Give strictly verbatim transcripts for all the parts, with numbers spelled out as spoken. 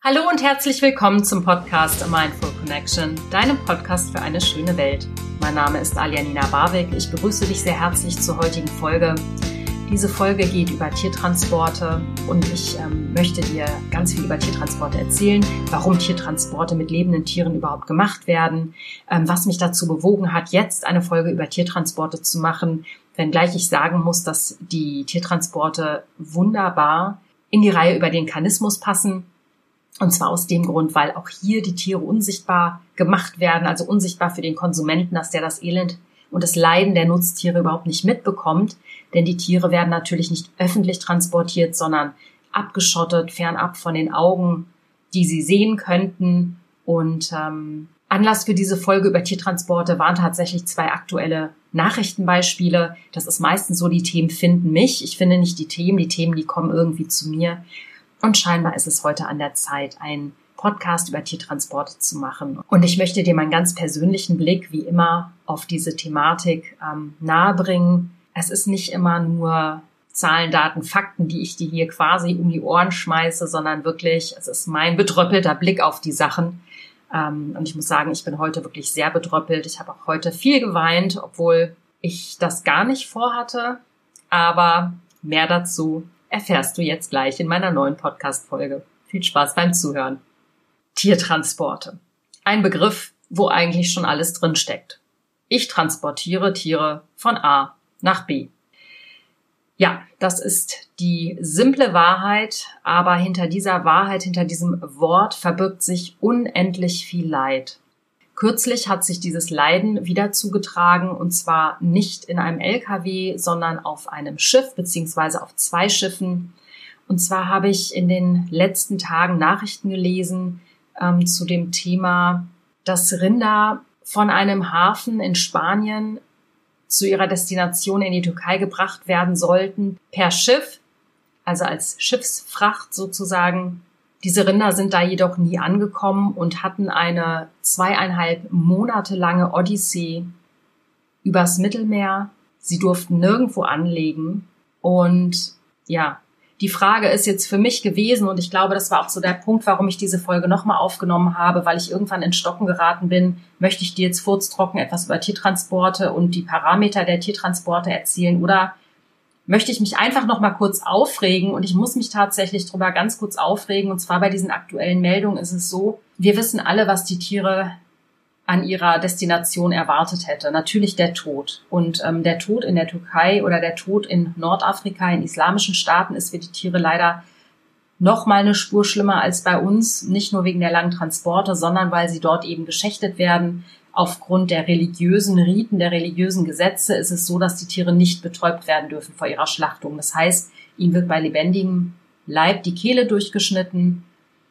Hallo und herzlich willkommen zum Podcast A Mindful Connection, deinem Podcast für eine schöne Welt. Mein Name ist Aljanina Barwig. Ich begrüße dich sehr herzlich zur heutigen Folge. Diese Folge geht über Tiertransporte und ich ähm, möchte dir ganz viel über Tiertransporte erzählen, warum Tiertransporte mit lebenden Tieren überhaupt gemacht werden, ähm, was mich dazu bewogen hat, jetzt eine Folge über Tiertransporte zu machen, wenngleich ich sagen muss, dass die Tiertransporte wunderbar in die Reihe über den Kanismus passen. Und zwar aus dem Grund, weil auch hier die Tiere unsichtbar gemacht werden, also unsichtbar für den Konsumenten, dass der das Elend und das Leiden der Nutztiere überhaupt nicht mitbekommt. Denn die Tiere werden natürlich nicht öffentlich transportiert, sondern abgeschottet, fernab von den Augen, die sie sehen könnten. Und ähm, Anlass für diese Folge über Tiertransporte waren tatsächlich zwei aktuelle Nachrichtenbeispiele. Das ist meistens so, die Themen finden mich. Ich finde nicht die Themen, die Themen, die kommen irgendwie zu mir. Und scheinbar ist es heute an der Zeit, einen Podcast über Tiertransporte zu machen. Und ich möchte dir meinen ganz persönlichen Blick, wie immer, auf diese Thematik ähm, nahebringen. Es ist nicht immer nur Zahlen, Daten, Fakten, die ich dir hier quasi um die Ohren schmeiße, sondern wirklich, es ist mein bedröppelter Blick auf die Sachen. Ähm, und ich muss sagen, ich bin heute wirklich sehr bedröppelt. Ich habe auch heute viel geweint, obwohl ich das gar nicht vorhatte. Aber mehr dazu erfährst du jetzt gleich in meiner neuen Podcast-Folge. Viel Spaß beim Zuhören. Tiertransporte. Ein Begriff, wo eigentlich schon alles drinsteckt. Ich transportiere Tiere von A nach B. Ja, das ist die simple Wahrheit, aber hinter dieser Wahrheit, hinter diesem Wort verbirgt sich unendlich viel Leid. Kürzlich hat sich dieses Leiden wieder zugetragen, und zwar nicht in einem L K W, sondern auf einem Schiff beziehungsweise auf zwei Schiffen. Und zwar habe ich in den letzten Tagen Nachrichten gelesen ähm, zu dem Thema, dass Rinder von einem Hafen in Spanien zu ihrer Destination in die Türkei gebracht werden sollten per Schiff, also als Schiffsfracht sozusagen. Diese Rinder sind da jedoch nie angekommen und hatten eine zweieinhalb Monate lange Odyssee übers Mittelmeer. Sie durften nirgendwo anlegen. Und ja, die Frage ist jetzt für mich gewesen, und ich glaube, das war auch so der Punkt, warum ich diese Folge nochmal aufgenommen habe, weil ich irgendwann in Stocken geraten bin, möchte ich dir jetzt furztrocken etwas über Tiertransporte und die Parameter der Tiertransporte erzählen, oder möchte ich mich einfach noch mal kurz aufregen, und ich muss mich tatsächlich drüber ganz kurz aufregen, und zwar bei diesen aktuellen Meldungen ist es so, wir wissen alle, was die Tiere an ihrer Destination erwartet hätte. Natürlich der Tod. Und ähm, der Tod in der Türkei oder der Tod in Nordafrika, in islamischen Staaten, ist für die Tiere leider noch mal eine Spur schlimmer als bei uns, nicht nur wegen der langen Transporte, sondern weil sie dort eben geschächtet werden. Aufgrund der religiösen Riten, der religiösen Gesetze ist es so, dass die Tiere nicht betäubt werden dürfen vor ihrer Schlachtung. Das heißt, ihnen wird bei lebendigem Leib die Kehle durchgeschnitten.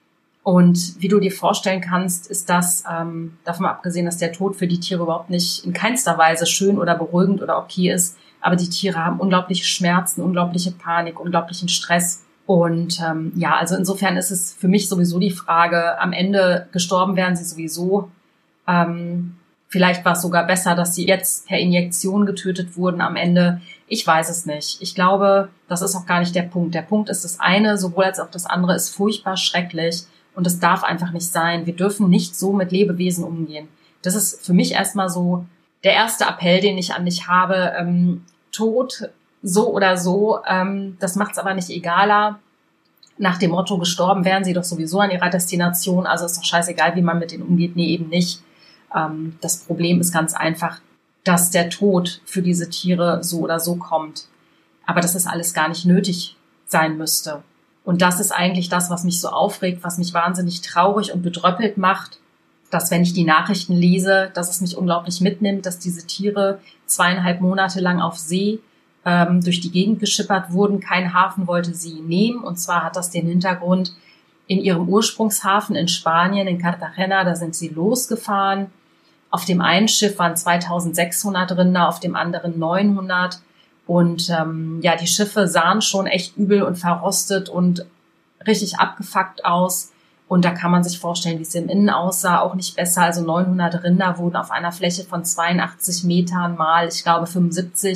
Und wie du dir vorstellen kannst, ist das, ähm, davon abgesehen, dass der Tod für die Tiere überhaupt nicht in keinster Weise schön oder beruhigend oder okay ist, aber die Tiere haben unglaubliche Schmerzen, unglaubliche Panik, unglaublichen Stress. Und ähm, ja, also insofern ist es für mich sowieso die Frage, am Ende gestorben wären sie sowieso. Ähm, vielleicht war es sogar besser, dass sie jetzt per Injektion getötet wurden am Ende. Ich weiß es nicht. Ich glaube, das ist auch gar nicht der Punkt. Der Punkt ist, das eine, sowohl als auch das andere, ist furchtbar schrecklich. Und es darf einfach nicht sein. Wir dürfen nicht so mit Lebewesen umgehen. Das ist für mich erstmal so der erste Appell, den ich an dich habe. Ähm, Tod, so oder so, ähm, das macht es aber nicht egaler. Nach dem Motto, gestorben wären sie doch sowieso an ihrer Destination. Also ist doch scheißegal, wie man mit denen umgeht. Nee, eben nicht. Ähm, das Problem ist ganz einfach, dass der Tod für diese Tiere so oder so kommt. Aber dass das alles gar nicht nötig sein müsste. Und das ist eigentlich das, was mich so aufregt, was mich wahnsinnig traurig und bedröppelt macht, dass, wenn ich die Nachrichten lese, dass es mich unglaublich mitnimmt, dass diese Tiere zweieinhalb Monate lang auf See ähm, durch die Gegend geschippert wurden. Kein Hafen wollte sie nehmen. Und zwar hat das den Hintergrund, in ihrem Ursprungshafen in Spanien, in Cartagena, da sind sie losgefahren. Auf dem einen Schiff waren zweitausendsechshundert Rinder, auf dem anderen neunhundert. Und ähm, ja, die Schiffe sahen schon echt übel und verrostet und richtig abgefuckt aus. Und da kann man sich vorstellen, wie es im Innen aussah, auch nicht besser. Also neunhundert Rinder wurden auf einer Fläche von zweiundachtzig Metern mal, ich glaube, fünfundsiebzig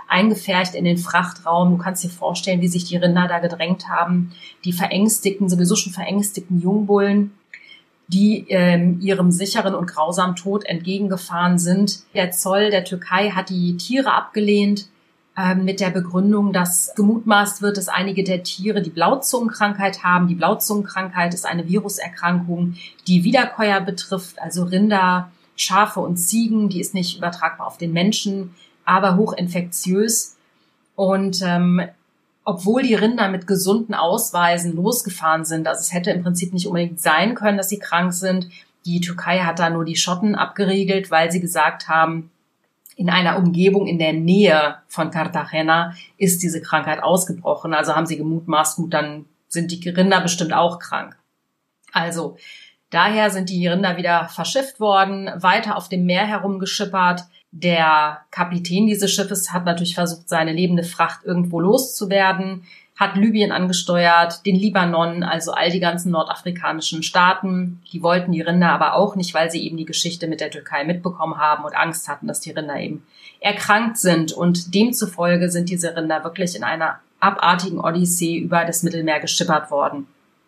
eingepfercht in den Frachtraum. Du kannst dir vorstellen, wie sich die Rinder da gedrängt haben. Die verängstigten, sowieso schon verängstigten Jungbullen, die ähm, ihrem sicheren und grausamen Tod entgegengefahren sind. Der Zoll der Türkei hat die Tiere abgelehnt, ähm, mit der Begründung, dass gemutmaßt wird, dass einige der Tiere die Blauzungenkrankheit haben. Die Blauzungenkrankheit ist eine Viruserkrankung, die Wiederkäuer betrifft, also Rinder, Schafe und Ziegen. Die ist nicht übertragbar auf den Menschen, aber hochinfektiös. Und ähm, obwohl die Rinder mit gesunden Ausweisen losgefahren sind, also es hätte im Prinzip nicht unbedingt sein können, dass sie krank sind. Die Türkei hat da nur die Schotten abgeriegelt, weil sie gesagt haben, in einer Umgebung in der Nähe von Cartagena ist diese Krankheit ausgebrochen. Also haben sie gemutmaßt, gut, dann sind die Rinder bestimmt auch krank. Also daher sind die Rinder wieder verschifft worden, weiter auf dem Meer herumgeschippert. Der Kapitän dieses Schiffes hat natürlich versucht, seine lebende Fracht irgendwo loszuwerden, hat Libyen angesteuert, den Libanon, also all die ganzen nordafrikanischen Staaten. Die wollten die Rinder aber auch nicht, weil sie eben die Geschichte mit der Türkei mitbekommen haben und Angst hatten, dass die Rinder eben erkrankt sind. Und demzufolge sind diese Rinder wirklich in einer abartigen Odyssee über das Mittelmeer geschippert worden.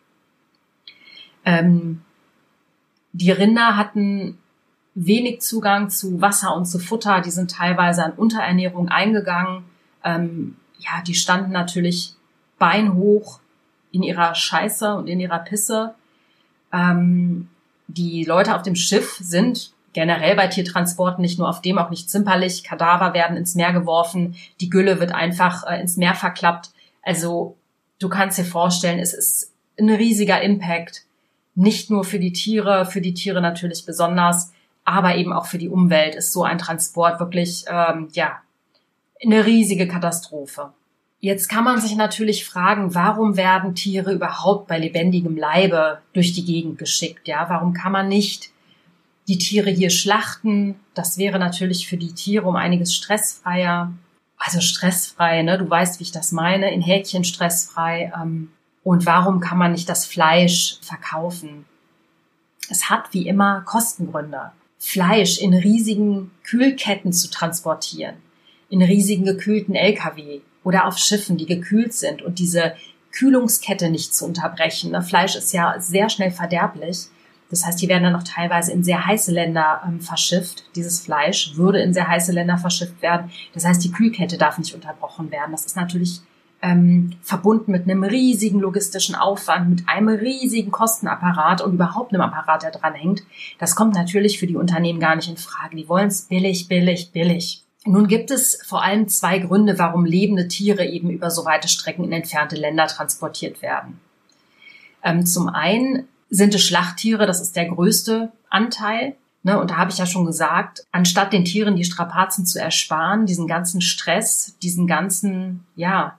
Ähm, die Rinder hatten wenig Zugang zu Wasser und zu Futter. Die sind teilweise an Unterernährung eingegangen. Ähm, ja, die standen natürlich beinhoch in ihrer Scheiße und in ihrer Pisse. Ähm, die Leute auf dem Schiff sind generell bei Tiertransporten nicht nur auf dem, auch nicht zimperlich. Kadaver werden ins Meer geworfen. Die Gülle wird einfach äh, ins Meer verklappt. Also du kannst dir vorstellen, es ist ein riesiger Impact. Nicht nur für die Tiere, für die Tiere natürlich besonders, aber eben auch für die Umwelt ist so ein Transport wirklich, ähm, ja, eine riesige Katastrophe. Jetzt kann man sich natürlich fragen, warum werden Tiere überhaupt bei lebendigem Leibe durch die Gegend geschickt? Ja, warum kann man nicht die Tiere hier schlachten? Das wäre natürlich für die Tiere um einiges stressfreier. Also stressfrei, ne? Du weißt, wie ich das meine, in Häkchen stressfrei. Ähm, und warum kann man nicht das Fleisch verkaufen? Es hat wie immer Kostengründe. Fleisch in riesigen Kühlketten zu transportieren, in riesigen gekühlten L K W oder auf Schiffen, die gekühlt sind und diese Kühlungskette nicht zu unterbrechen. Fleisch ist ja sehr schnell verderblich. Das heißt, die werden dann auch teilweise in sehr heiße Länder ähm, verschifft. Dieses Fleisch würde in sehr heiße Länder verschifft werden. Das heißt, die Kühlkette darf nicht unterbrochen werden. Das ist natürlich ähm, verbunden mit einem riesigen logistischen Aufwand, mit einem riesigen Kostenapparat und überhaupt einem Apparat, der dran hängt. Das kommt natürlich für die Unternehmen gar nicht in Frage. Die wollen es billig, billig, billig. Nun gibt es vor allem zwei Gründe, warum lebende Tiere eben über so weite Strecken in entfernte Länder transportiert werden. Ähm, zum einen sind es Schlachttiere, das ist der größte Anteil. Ne, und da habe ich ja schon gesagt, anstatt den Tieren die Strapazen zu ersparen, diesen ganzen Stress, diesen ganzen, ja,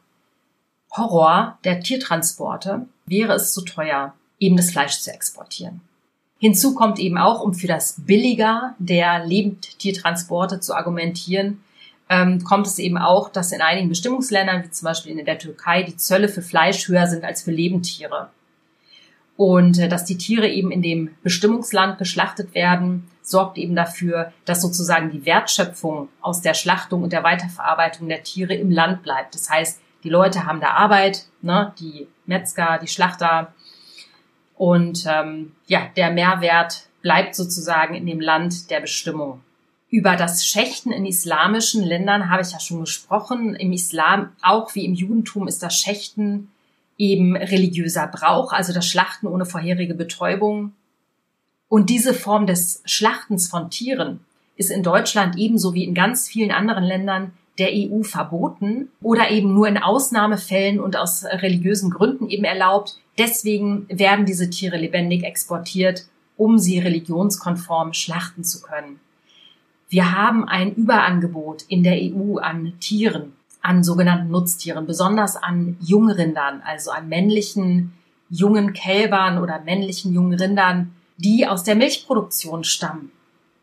Horror der Tiertransporte, wäre es zu teuer, eben das Fleisch zu exportieren. Hinzu kommt eben auch, um für das Billiger der Lebendtiertransporte zu argumentieren, ähm, kommt es eben auch, dass in einigen Bestimmungsländern, wie zum Beispiel in der Türkei, die Zölle für Fleisch höher sind als für Lebendtiere. Und äh, dass die Tiere eben in dem Bestimmungsland geschlachtet werden, sorgt eben dafür, dass sozusagen die Wertschöpfung aus der Schlachtung und der Weiterverarbeitung der Tiere im Land bleibt. Das heißt, die Leute haben da Arbeit, ne, die Metzger, die Schlachter. Und ähm, ja, der Mehrwert bleibt sozusagen in dem Land der Bestimmung. Über das Schächten in islamischen Ländern habe ich ja schon gesprochen. Im Islam, auch wie im Judentum, ist das Schächten eben religiöser Brauch, also das Schlachten ohne vorherige Betäubung. Und diese Form des Schlachtens von Tieren ist in Deutschland ebenso wie in ganz vielen anderen Ländern der E U verboten oder eben nur in Ausnahmefällen und aus religiösen Gründen eben erlaubt. Deswegen werden diese Tiere lebendig exportiert, um sie religionskonform schlachten zu können. Wir haben ein Überangebot in der E U an Tieren, an sogenannten Nutztieren, besonders an Jungrindern, also an männlichen jungen Kälbern oder männlichen jungen Rindern, die aus der Milchproduktion stammen.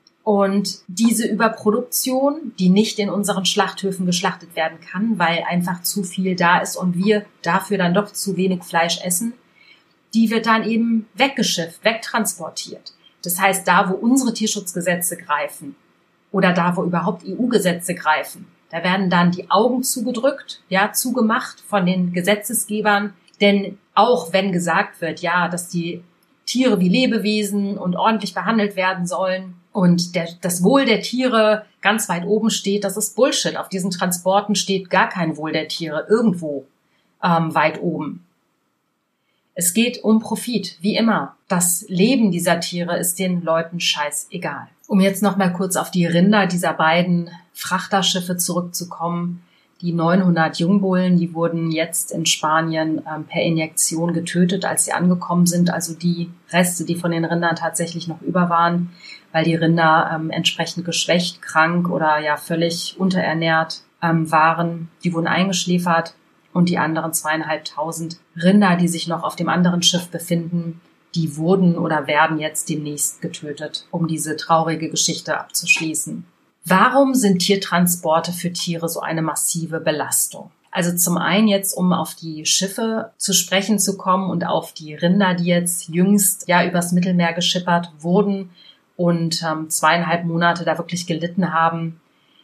Und diese Überproduktion, die nicht in unseren Schlachthöfen geschlachtet werden kann, weil einfach zu viel da ist und wir dafür dann doch zu wenig Fleisch essen, die wird dann eben weggeschifft, wegtransportiert. Das heißt, da, wo unsere Tierschutzgesetze greifen oder da, wo überhaupt E U-Gesetze greifen, Da werden dann die Augen zugedrückt, ja, zugemacht von den Gesetzesgebern. Denn auch wenn gesagt wird, ja, dass die Tiere wie Lebewesen und ordentlich behandelt werden sollen und der, das Wohl der Tiere ganz weit oben steht, das ist Bullshit. Auf diesen Transporten steht gar kein Wohl der Tiere irgendwo ähm, weit oben. Es geht um Profit, wie immer. Das Leben dieser Tiere ist den Leuten scheißegal. Um jetzt noch mal kurz auf die Rinder dieser beiden Frachterschiffe zurückzukommen. Die neunhundert Jungbullen, die wurden jetzt in Spanien ähm, per Injektion getötet, als sie angekommen sind. Also die Reste, die von den Rindern tatsächlich noch über waren, weil die Rinder ähm, entsprechend geschwächt, krank oder ja völlig unterernährt ähm, waren. Die wurden eingeschläfert. Und die anderen zweieinhalbtausend Rinder, die sich noch auf dem anderen Schiff befinden, die wurden oder werden jetzt demnächst getötet, um diese traurige Geschichte abzuschließen. Warum sind Tiertransporte für Tiere so eine massive Belastung? Also zum einen jetzt, um auf die Schiffe zu sprechen zu kommen und auf die Rinder, die jetzt jüngst ja übers Mittelmeer geschippert wurden und ähm, zweieinhalb Monate da wirklich gelitten haben.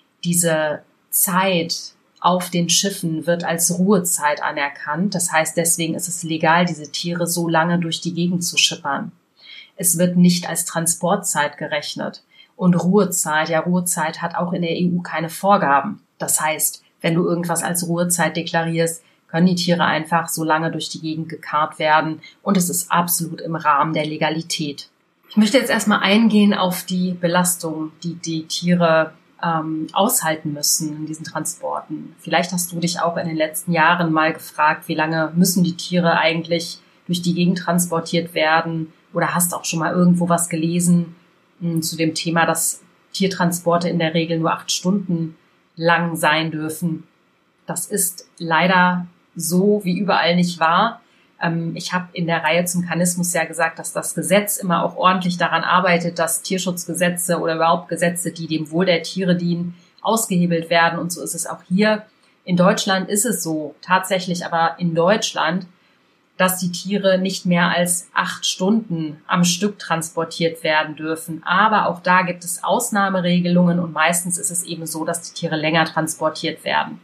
Diese Zeit auf den Schiffen wird als Ruhezeit anerkannt. Das heißt, deswegen ist es legal, diese Tiere so lange durch die Gegend zu schippern. Es wird nicht als Transportzeit gerechnet. Und Ruhezeit, ja, Ruhezeit hat auch in der E U keine Vorgaben. Das heißt, wenn du irgendwas als Ruhezeit deklarierst, können die Tiere einfach so lange durch die Gegend gekarrt werden. Und es ist absolut im Rahmen der Legalität. Ich möchte jetzt erstmal eingehen auf die Belastung, die die Tiere ähm, aushalten müssen in diesen Transporten. Vielleicht hast du dich auch in den letzten Jahren mal gefragt, wie lange müssen die Tiere eigentlich durch die Gegend transportiert werden? Oder hast auch schon mal irgendwo was gelesen mh, zu dem Thema, dass Tiertransporte in der Regel nur acht Stunden lang sein dürfen. Das ist leider so wie überall nicht wahr. Ähm, ich habe in der Reihe zum Kanismus ja gesagt, dass das Gesetz immer auch ordentlich daran arbeitet, dass Tierschutzgesetze oder überhaupt Gesetze, die dem Wohl der Tiere dienen, ausgehebelt werden. Und so ist es auch hier. In Deutschland ist es so, tatsächlich aber in Deutschland, dass die Tiere nicht mehr als acht Stunden am Stück transportiert werden dürfen. Aber auch da gibt es Ausnahmeregelungen und meistens ist es eben so, dass die Tiere länger transportiert werden.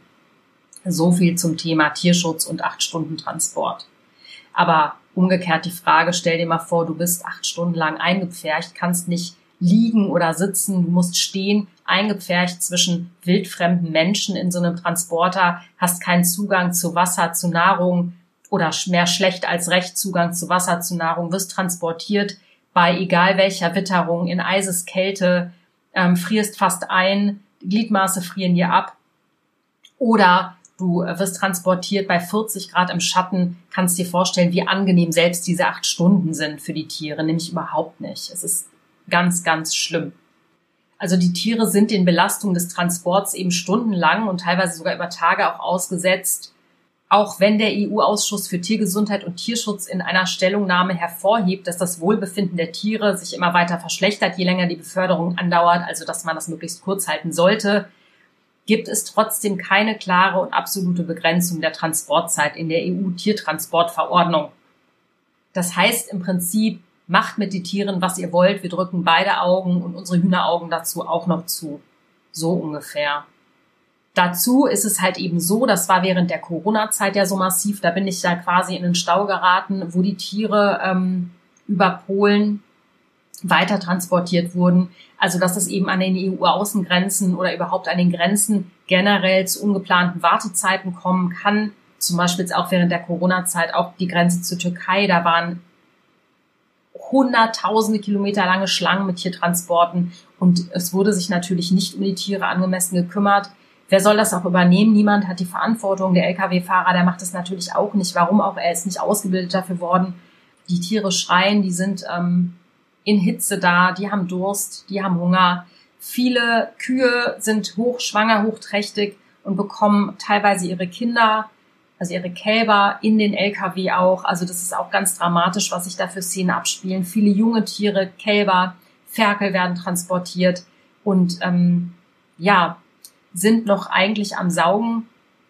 So viel zum Thema Tierschutz und acht Stunden Transport. Aber umgekehrt die Frage, stell dir mal vor, du bist acht Stunden lang eingepfercht, kannst nicht liegen oder sitzen, du musst stehen, eingepfercht zwischen wildfremden Menschen in so einem Transporter, hast keinen Zugang zu Wasser, zu Nahrung oder mehr schlecht als recht Zugang zu Wasser, zu Nahrung, wirst transportiert bei egal welcher Witterung, in Eiseskälte, ähm, frierst fast ein, die Gliedmaße frieren dir ab oder du wirst transportiert bei vierzig Grad im Schatten, kannst dir vorstellen, wie angenehm selbst diese acht Stunden sind für die Tiere, nämlich überhaupt nicht. Es ist ganz, ganz schlimm. Also die Tiere sind den Belastungen des Transports eben stundenlang und teilweise sogar über Tage auch ausgesetzt. Auch wenn der E U-Ausschuss für Tiergesundheit und Tierschutz in einer Stellungnahme hervorhebt, dass das Wohlbefinden der Tiere sich immer weiter verschlechtert, je länger die Beförderung andauert, also dass man das möglichst kurz halten sollte, gibt es trotzdem keine klare und absolute Begrenzung der Transportzeit in der E U-Tiertransportverordnung. Das heißt im Prinzip, macht mit den Tieren, was ihr wollt, wir drücken beide Augen und unsere Hühneraugen dazu auch noch zu. So ungefähr. Dazu ist es halt eben so, das war während der Corona-Zeit ja so massiv, da bin ich da quasi in den Stau geraten, wo die Tiere ähm, über Polen weiter transportiert wurden. Also dass es eben an den E U-Außengrenzen oder überhaupt an den Grenzen generell zu ungeplanten Wartezeiten kommen kann. Zum Beispiel jetzt auch während der Corona-Zeit auch die Grenze zur Türkei, da waren hunderttausende Kilometer lange Schlangen mit Tiertransporten und es wurde sich natürlich nicht um die Tiere angemessen gekümmert. Wer soll das auch übernehmen? Niemand hat die Verantwortung. Der L K W-Fahrer, der macht das natürlich auch nicht. Warum auch? Er ist nicht ausgebildet dafür worden. Die Tiere schreien, die sind ähm, in Hitze da, die haben Durst, die haben Hunger. Viele Kühe sind hochschwanger, hochträchtig und bekommen teilweise ihre Kinder, also ihre Kälber in den L K W auch. Also das ist auch ganz dramatisch, was sich da für Szenen abspielen. Viele junge Tiere, Kälber, Ferkel werden transportiert und ähm, ja, sind noch eigentlich am Saugen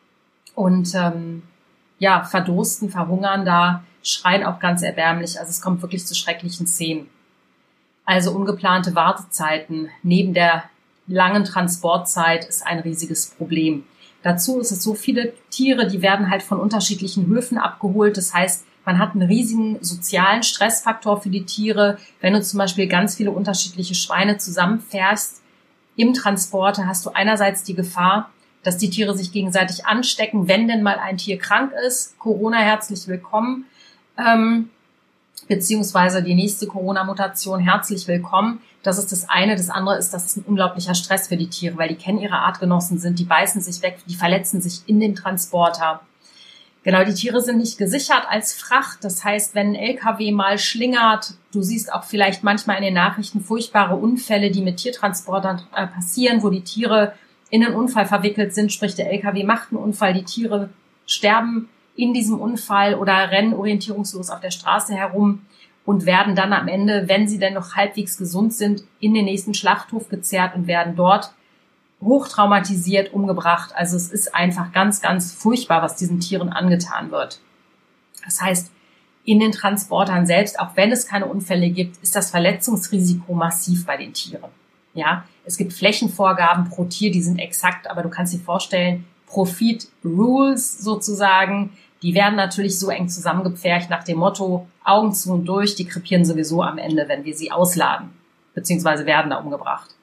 und ähm, ja, verdursten, verhungern da, schreien auch ganz erbärmlich. Also es kommt wirklich zu schrecklichen Szenen. Also ungeplante Wartezeiten neben der langen Transportzeit ist ein riesiges Problem. Dazu ist es so, viele Tiere, die werden halt von unterschiedlichen Höfen abgeholt. Das heißt, man hat einen riesigen sozialen Stressfaktor für die Tiere. Wenn du zum Beispiel ganz viele unterschiedliche Schweine zusammenfährst im Transporter, hast du einerseits die Gefahr, dass die Tiere sich gegenseitig anstecken, wenn denn mal ein Tier krank ist. Corona, herzlich willkommen. Ähm, beziehungsweise die nächste Corona-Mutation, herzlich willkommen. Das ist das eine. Das andere ist, dass es ein unglaublicher Stress für die Tiere, weil die kennen ihre Artgenossen, sind, die beißen sich weg, die verletzen sich in dem Transporter. Genau, die Tiere sind nicht gesichert als Fracht. Das heißt, wenn ein L K W mal schlingert, du siehst auch vielleicht manchmal in den Nachrichten furchtbare Unfälle, die mit Tiertransportern äh, passieren, wo die Tiere in einen Unfall verwickelt sind, sprich der L K W macht einen Unfall, die Tiere sterben in diesem Unfall oder rennen orientierungslos auf der Straße herum und werden dann am Ende, wenn sie denn noch halbwegs gesund sind, in den nächsten Schlachthof gezerrt und werden dort hochtraumatisiert umgebracht. Also es ist einfach ganz, ganz furchtbar, was diesen Tieren angetan wird. Das heißt, in den Transportern selbst, auch wenn es keine Unfälle gibt, ist das Verletzungsrisiko massiv bei den Tieren. Ja, es gibt Flächenvorgaben pro Tier, die sind exakt, aber du kannst dir vorstellen, Profit Rules sozusagen, die werden natürlich so eng zusammengepfercht nach dem Motto, Augen zu und durch, die krepieren sowieso am Ende, wenn wir sie ausladen, beziehungsweise werden da umgebracht.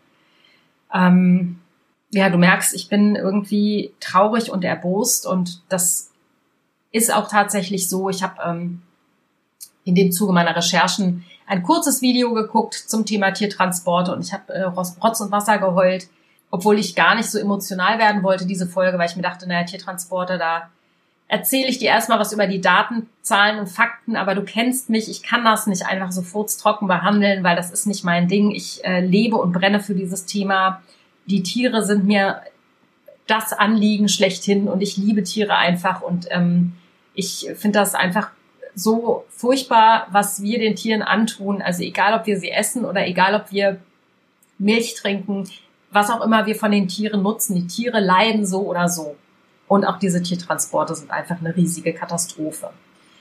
Ähm, ja, du merkst, ich bin irgendwie traurig und erbost und das ist auch tatsächlich so. Ich habe ähm, in dem Zuge meiner Recherchen ein kurzes Video geguckt zum Thema Tiertransporte und ich habe äh, Rotz und Wasser geheult, obwohl ich gar nicht so emotional werden wollte, diese Folge, weil ich mir dachte, naja, Tiertransporte, da erzähle ich dir erstmal was über die Daten, Zahlen und Fakten, aber du kennst mich, ich kann das nicht einfach so furztrocken behandeln, weil das ist nicht mein Ding. Ich äh, lebe und brenne für dieses Thema. Die Tiere sind mir das Anliegen schlechthin und ich liebe Tiere einfach und ähm, ich finde das einfach so furchtbar, was wir den Tieren antun. Also egal, ob wir sie essen oder egal, ob wir Milch trinken, was auch immer wir von den Tieren nutzen. Die Tiere leiden so oder so. Und auch diese Tiertransporte sind einfach eine riesige Katastrophe.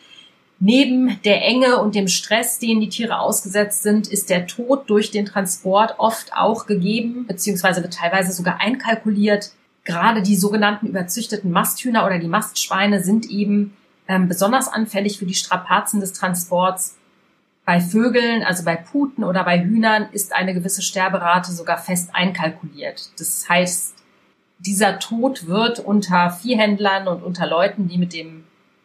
Neben der Enge und dem Stress, denen die Tiere ausgesetzt sind, ist der Tod durch den Transport oft auch gegeben, beziehungsweise wird teilweise sogar einkalkuliert. Gerade die sogenannten überzüchteten Masthühner oder die Mastschweine sind eben ähm, besonders anfällig für die Strapazen des Transports. Bei Vögeln, also bei Puten oder bei Hühnern, ist eine gewisse Sterberate sogar fest einkalkuliert. Das heißt, dieser Tod wird unter Viehhändlern und unter Leuten, die mit dem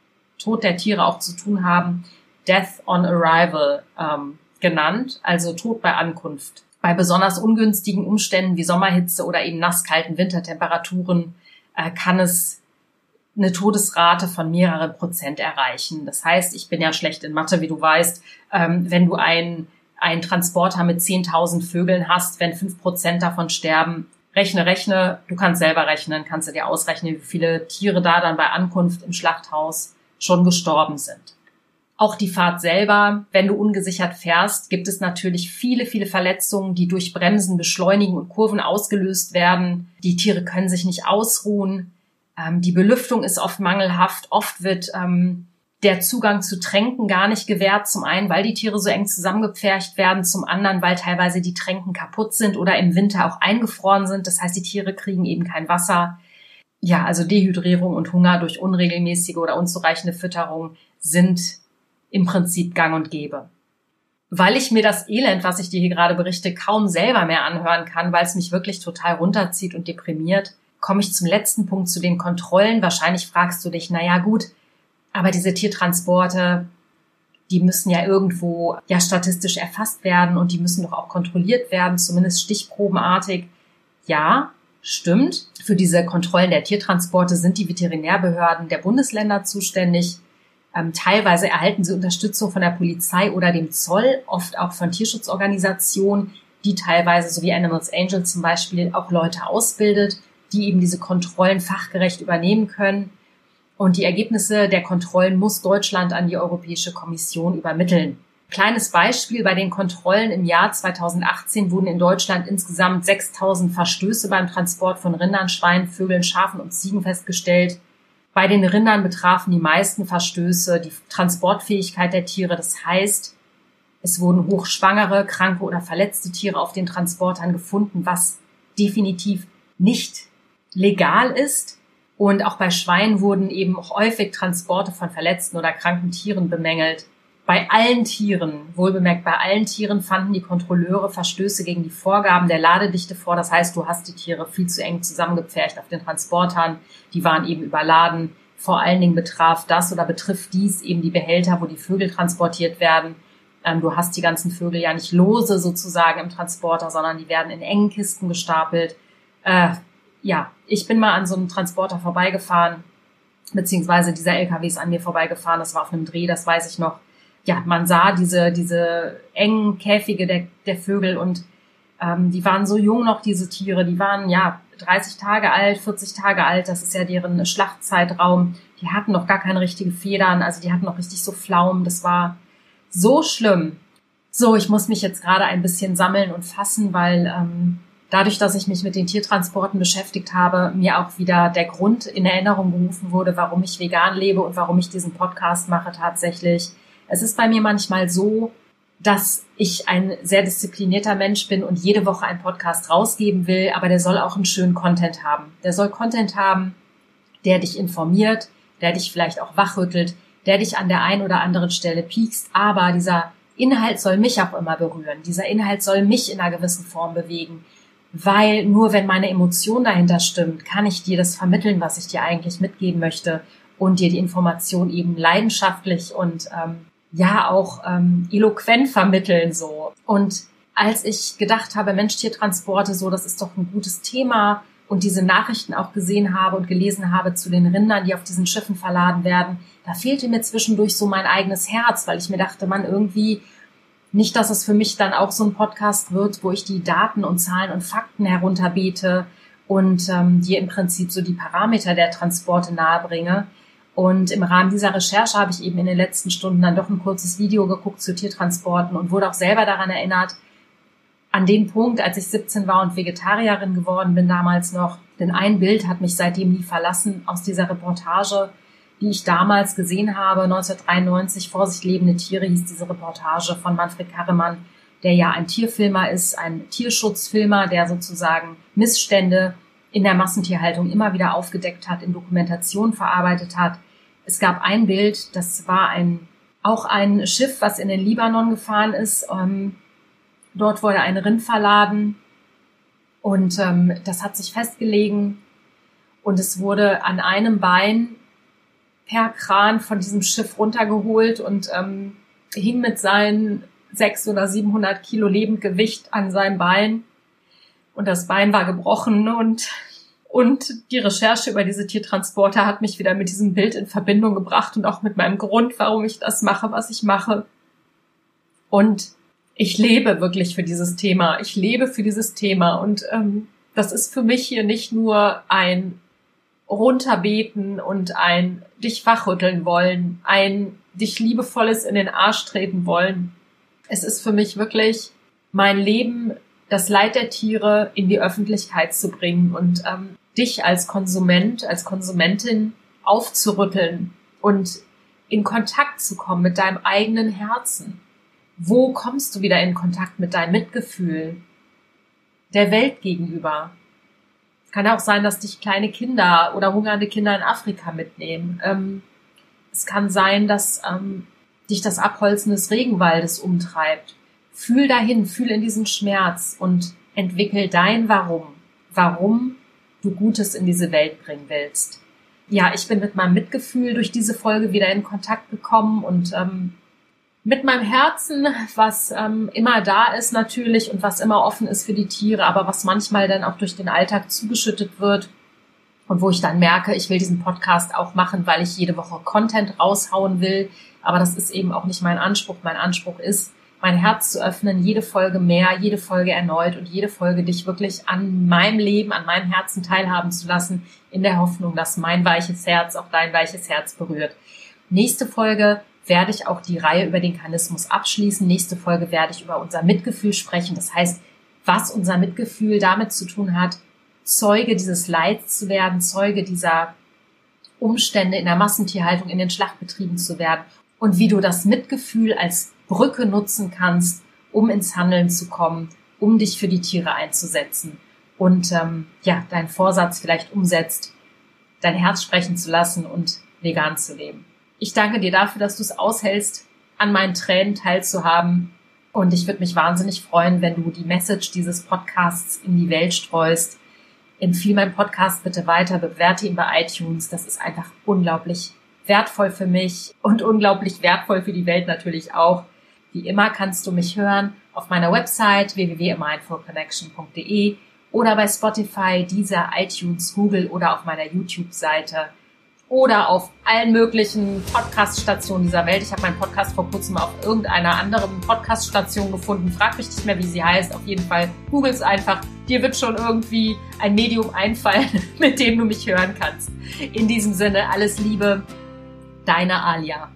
Tod der Tiere auch zu tun haben, Death on Arrival ähm, genannt, also Tod bei Ankunft. Bei besonders ungünstigen Umständen wie Sommerhitze oder eben nasskalten Wintertemperaturen äh, kann es eine Todesrate von mehreren Prozent erreichen. Das heißt, ich bin ja schlecht in Mathe, wie du weißt, ähm, wenn du einen einen Transporter mit zehntausend Vögeln hast, wenn fünf Prozent davon sterben, Rechne, rechne, du kannst selber rechnen, kannst du dir ausrechnen, wie viele Tiere da dann bei Ankunft im Schlachthaus schon gestorben sind. Auch die Fahrt selber, wenn du ungesichert fährst, gibt es natürlich viele, viele Verletzungen, die durch Bremsen, Beschleunigen und Kurven ausgelöst werden. Die Tiere können sich nicht ausruhen. Ähm, die Belüftung ist oft mangelhaft. Oft wird ähm, der Zugang zu Tränken gar nicht gewährt. Zum einen, weil die Tiere so eng zusammengepfercht werden. Zum anderen, weil teilweise die Tränken kaputt sind oder im Winter auch eingefroren sind. Das heißt, die Tiere kriegen eben kein Wasser. Ja, also Dehydrierung und Hunger durch unregelmäßige oder unzureichende Fütterung sind im Prinzip gang und gäbe. Weil ich mir das Elend, was ich dir hier gerade berichte, kaum selber mehr anhören kann, weil es mich wirklich total runterzieht und deprimiert, komme ich zum letzten Punkt, zu den Kontrollen. Wahrscheinlich fragst du dich, naja gut, aber diese Tiertransporte, die müssen ja irgendwo ja statistisch erfasst werden und die müssen doch auch kontrolliert werden, zumindest stichprobenartig. Ja, stimmt. Für diese Kontrollen der Tiertransporte sind die Veterinärbehörden der Bundesländer zuständig. Ähm, teilweise erhalten sie Unterstützung von der Polizei oder dem Zoll, oft auch von Tierschutzorganisationen, die teilweise, so wie Animals Angel zum Beispiel, auch Leute ausbildet, die eben diese Kontrollen fachgerecht übernehmen können. Und die Ergebnisse der Kontrollen muss Deutschland an die Europäische Kommission übermitteln. Kleines Beispiel: Bei den Kontrollen im Jahr zweitausendachtzehn wurden in Deutschland insgesamt sechstausend Verstöße beim Transport von Rindern, Schweinen, Vögeln, Schafen und Ziegen festgestellt. Bei den Rindern betrafen die meisten Verstöße die Transportfähigkeit der Tiere. Das heißt, es wurden hochschwangere, kranke oder verletzte Tiere auf den Transportern gefunden, was definitiv nicht legal ist. Und auch bei Schweinen wurden eben auch häufig Transporte von verletzten oder kranken Tieren bemängelt. Bei allen Tieren, wohlbemerkt bei allen Tieren, fanden die Kontrolleure Verstöße gegen die Vorgaben der Ladedichte vor. Das heißt, du hast die Tiere viel zu eng zusammengepfercht auf den Transportern. Die waren eben überladen. Vor allen Dingen betraf das oder betrifft dies eben die Behälter, wo die Vögel transportiert werden. Ähm, du hast die ganzen Vögel ja nicht lose sozusagen im Transporter, sondern die werden in engen Kisten gestapelt. Äh, ja, ich bin mal an so einem Transporter vorbeigefahren, beziehungsweise dieser L K W ist an mir vorbeigefahren. Das war auf einem Dreh, das weiß ich noch. Ja, man sah diese diese engen Käfige der, der Vögel und ähm, die waren so jung noch, diese Tiere. Die waren ja dreißig Tage alt, vierzig Tage alt. Das ist ja deren Schlachtzeitraum. Die hatten noch gar keine richtigen Federn. Also die hatten noch richtig so Pflaumen. Das war so schlimm. So, ich muss mich jetzt gerade ein bisschen sammeln und fassen, weil ähm, dadurch, dass ich mich mit den Tiertransporten beschäftigt habe, mir auch wieder der Grund in Erinnerung gerufen wurde, warum ich vegan lebe und warum ich diesen Podcast mache tatsächlich. Es ist bei mir manchmal so, dass ich ein sehr disziplinierter Mensch bin und jede Woche einen Podcast rausgeben will, aber der soll auch einen schönen Content haben. Der soll Content haben, der dich informiert, der dich vielleicht auch wachrüttelt, der dich an der einen oder anderen Stelle piekst, aber dieser Inhalt soll mich auch immer berühren. Dieser Inhalt soll mich in einer gewissen Form bewegen, weil nur wenn meine Emotion dahinter stimmt, kann ich dir das vermitteln, was ich dir eigentlich mitgeben möchte und dir die Information eben leidenschaftlich und ähm, ja auch ähm, eloquent vermitteln so. Und als ich gedacht habe, Mensch-Tier-Transporte, so, das ist doch ein gutes Thema und diese Nachrichten auch gesehen habe und gelesen habe zu den Rindern, die auf diesen Schiffen verladen werden, da fehlte mir zwischendurch so mein eigenes Herz, weil ich mir dachte, man, irgendwie nicht, dass es für mich dann auch so ein Podcast wird, wo ich die Daten und Zahlen und Fakten herunterbete und ähm, dir im Prinzip so die Parameter der Transporte nahebringe. Und im Rahmen dieser Recherche habe ich eben in den letzten Stunden dann doch ein kurzes Video geguckt zu Tiertransporten und wurde auch selber daran erinnert, an den Punkt, als ich siebzehn war und Vegetarierin geworden bin damals noch. Denn ein Bild hat mich seitdem nie verlassen aus dieser Reportage, die ich damals gesehen habe, neunzehnhundertdreiundneunzig, Vorsicht, lebende Tiere hieß diese Reportage von Manfred Karremann, der ja ein Tierfilmer ist, ein Tierschutzfilmer, der sozusagen Missstände in der Massentierhaltung immer wieder aufgedeckt hat, in Dokumentation verarbeitet hat. Es gab ein Bild, das war ein auch ein Schiff, was in den Libanon gefahren ist. Ähm, dort wurde ein Rind verladen und ähm, das hat sich festgelegen und es wurde an einem Bein per Kran von diesem Schiff runtergeholt und ähm, hing mit seinen sechshundert oder siebenhundert Kilo Lebendgewicht an seinem Bein. Und das Bein war gebrochen und, und die Recherche über diese Tiertransporter hat mich wieder mit diesem Bild in Verbindung gebracht und auch mit meinem Grund, warum ich das mache, was ich mache. Und ich lebe wirklich für dieses Thema. Ich lebe für dieses Thema und ähm, das ist für mich hier nicht nur ein runterbeten und ein dich wachrütteln wollen, ein dich liebevolles in den Arsch treten wollen. Es ist für mich wirklich mein Leben, das Leid der Tiere in die Öffentlichkeit zu bringen und ähm, dich als Konsument, als Konsumentin aufzurütteln und in Kontakt zu kommen mit deinem eigenen Herzen. Wo kommst du wieder in Kontakt mit deinem Mitgefühl der Welt gegenüber? Kann auch sein, dass dich kleine Kinder oder hungernde Kinder in Afrika mitnehmen. Ähm, es kann sein, dass ähm, dich das Abholzen des Regenwaldes umtreibt. Fühl dahin, fühl in diesen Schmerz und entwickel dein Warum. Warum du Gutes in diese Welt bringen willst. Ja, ich bin mit meinem Mitgefühl durch diese Folge wieder in Kontakt gekommen und ähm, mit meinem Herzen, was ähm, immer da ist natürlich und was immer offen ist für die Tiere, aber was manchmal dann auch durch den Alltag zugeschüttet wird und wo ich dann merke, ich will diesen Podcast auch machen, weil ich jede Woche Content raushauen will, aber das ist eben auch nicht mein Anspruch. Mein Anspruch ist, mein Herz zu öffnen, jede Folge mehr, jede Folge erneut und jede Folge dich wirklich an meinem Leben, an meinem Herzen teilhaben zu lassen, in der Hoffnung, dass mein weiches Herz auch dein weiches Herz berührt. Nächste Folge werde ich auch die Reihe über den Kanismus abschließen. Nächste Folge werde ich über unser Mitgefühl sprechen. Das heißt, was unser Mitgefühl damit zu tun hat, Zeuge dieses Leids zu werden, Zeuge dieser Umstände in der Massentierhaltung, in den Schlachtbetrieben zu werden und wie du das Mitgefühl als Brücke nutzen kannst, um ins Handeln zu kommen, um dich für die Tiere einzusetzen. und ähm, ja, deinen Vorsatz vielleicht umsetzt, dein Herz sprechen zu lassen und vegan zu leben. Ich danke dir dafür, dass du es aushältst, an meinen Tränen teilzuhaben. Und ich würde mich wahnsinnig freuen, wenn du die Message dieses Podcasts in die Welt streust. Empfiehl meinen Podcast bitte weiter, bewerte ihn bei iTunes. Das ist einfach unglaublich wertvoll für mich und unglaublich wertvoll für die Welt natürlich auch. Wie immer kannst du mich hören auf meiner Website w w w punkt a mindful connection punkt d e oder bei Spotify, Deezer, iTunes, Google oder auf meiner YouTube-Seite oder auf allen möglichen Podcast-Stationen dieser Welt. Ich habe meinen Podcast vor kurzem auf irgendeiner anderen Podcast-Station gefunden. Frag mich nicht mehr, wie sie heißt. Auf jeden Fall googles einfach. Dir wird schon irgendwie ein Medium einfallen, mit dem du mich hören kannst. In diesem Sinne, alles Liebe, deine Alia.